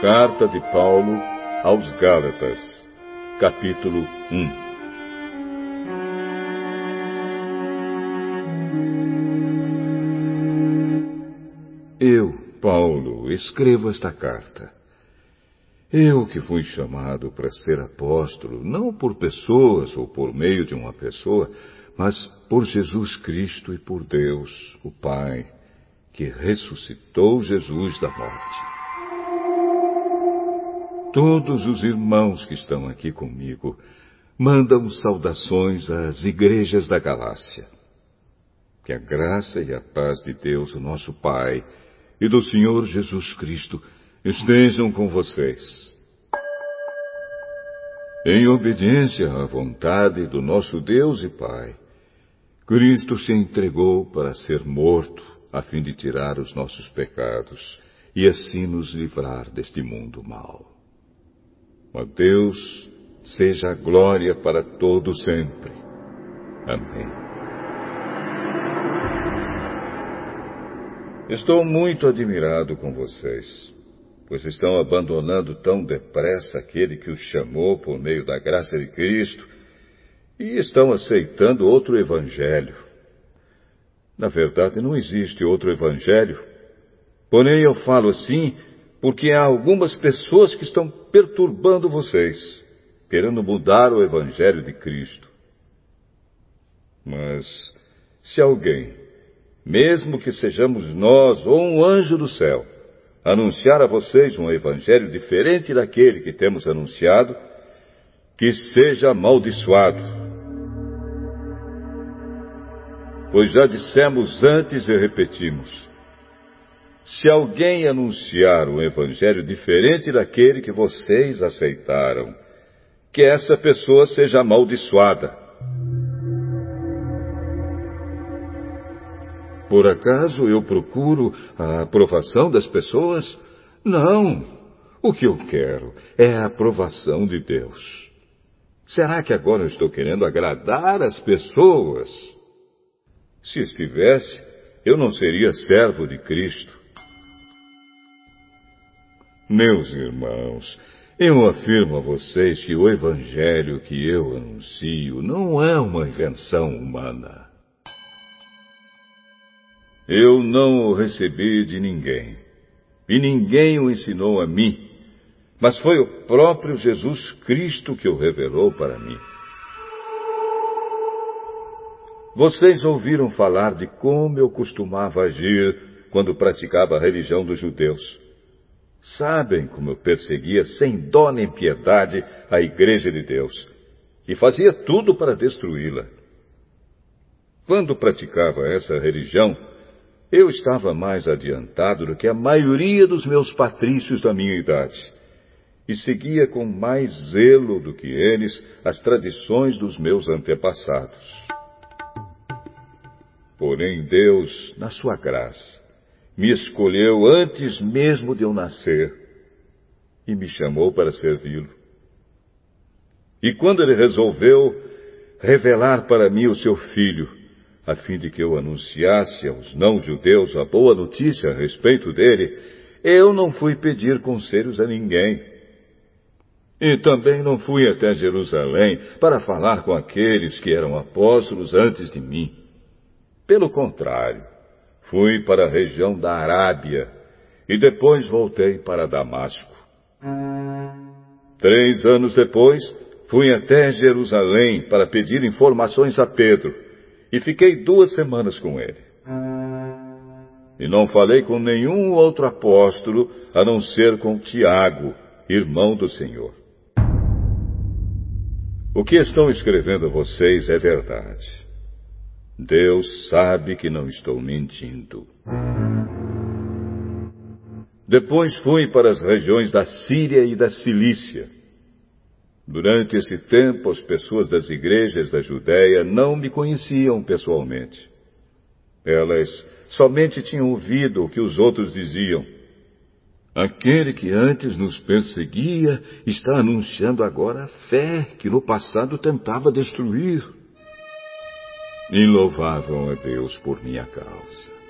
Carta de Paulo aos Gálatas, capítulo 1. Eu, Paulo, escrevo esta carta. Eu que fui chamado para ser apóstolo, não por pessoas ou por meio de uma pessoa, mas por Jesus Cristo e por Deus, o Pai, que ressuscitou Jesus da morte. Todos os irmãos que estão aqui comigo mandam saudações às igrejas da Galácia. Que a graça e a paz de Deus, o nosso Pai, e do Senhor Jesus Cristo estejam com vocês. Em obediência à vontade do nosso Deus e Pai, Cristo se entregou para ser morto, a fim de tirar os nossos pecados e assim nos livrar deste mundo mau. A Deus seja a glória para todo sempre. Amém. Estou muito admirado com vocês, pois estão abandonando tão depressa aquele que os chamou por meio da graça de Cristo e estão aceitando outro evangelho. Na verdade, não existe outro evangelho, porém eu falo assim porque há algumas pessoas que estão perturbando vocês, querendo mudar o evangelho de Cristo. Mas, se alguém, mesmo que sejamos nós ou um anjo do céu, anunciar a vocês um evangelho diferente daquele que temos anunciado, que seja amaldiçoado. Pois já dissemos antes e repetimos: se alguém anunciar um evangelho diferente daquele que vocês aceitaram, que essa pessoa seja amaldiçoada. Por acaso eu procuro a aprovação das pessoas? Não. O que eu quero é a aprovação de Deus. Será que agora eu estou querendo agradar as pessoas? Se estivesse, eu não seria servo de Cristo. Meus irmãos, eu afirmo a vocês que o evangelho que eu anuncio não é uma invenção humana. Eu não o recebi de ninguém, e ninguém o ensinou a mim, mas foi o próprio Jesus Cristo que o revelou para mim. Vocês ouviram falar de como eu costumava agir quando praticava a religião dos judeus. Sabem como eu perseguia sem dó nem piedade a Igreja de Deus e fazia tudo para destruí-la. Quando praticava essa religião, eu estava mais adiantado do que a maioria dos meus patrícios da minha idade e seguia com mais zelo do que eles as tradições dos meus antepassados. Porém, Deus, na sua graça, me escolheu antes mesmo de eu nascer e me chamou para servi-lo. E quando ele resolveu revelar para mim o seu Filho, a fim de que eu anunciasse aos não-judeus a boa notícia a respeito dele, eu não fui pedir conselhos a ninguém. E também não fui até Jerusalém para falar com aqueles que eram apóstolos antes de mim. Pelo contrário, fui para a região da Arábia e depois voltei para Damasco. 3 anos depois, fui até Jerusalém para pedir informações a Pedro e fiquei 2 semanas com ele. E não falei com nenhum outro apóstolo a não ser com Tiago, irmão do Senhor. O que estou escrevendo a vocês é verdade. Deus sabe que não estou mentindo. Depois fui para as regiões da Síria e da Cilícia. Durante esse tempo, as pessoas das igrejas da Judéia não me conheciam pessoalmente. Elas somente tinham ouvido o que os outros diziam. Aquele que antes nos perseguia está anunciando agora a fé que no passado tentava destruir. E louvavam a Deus por minha causa.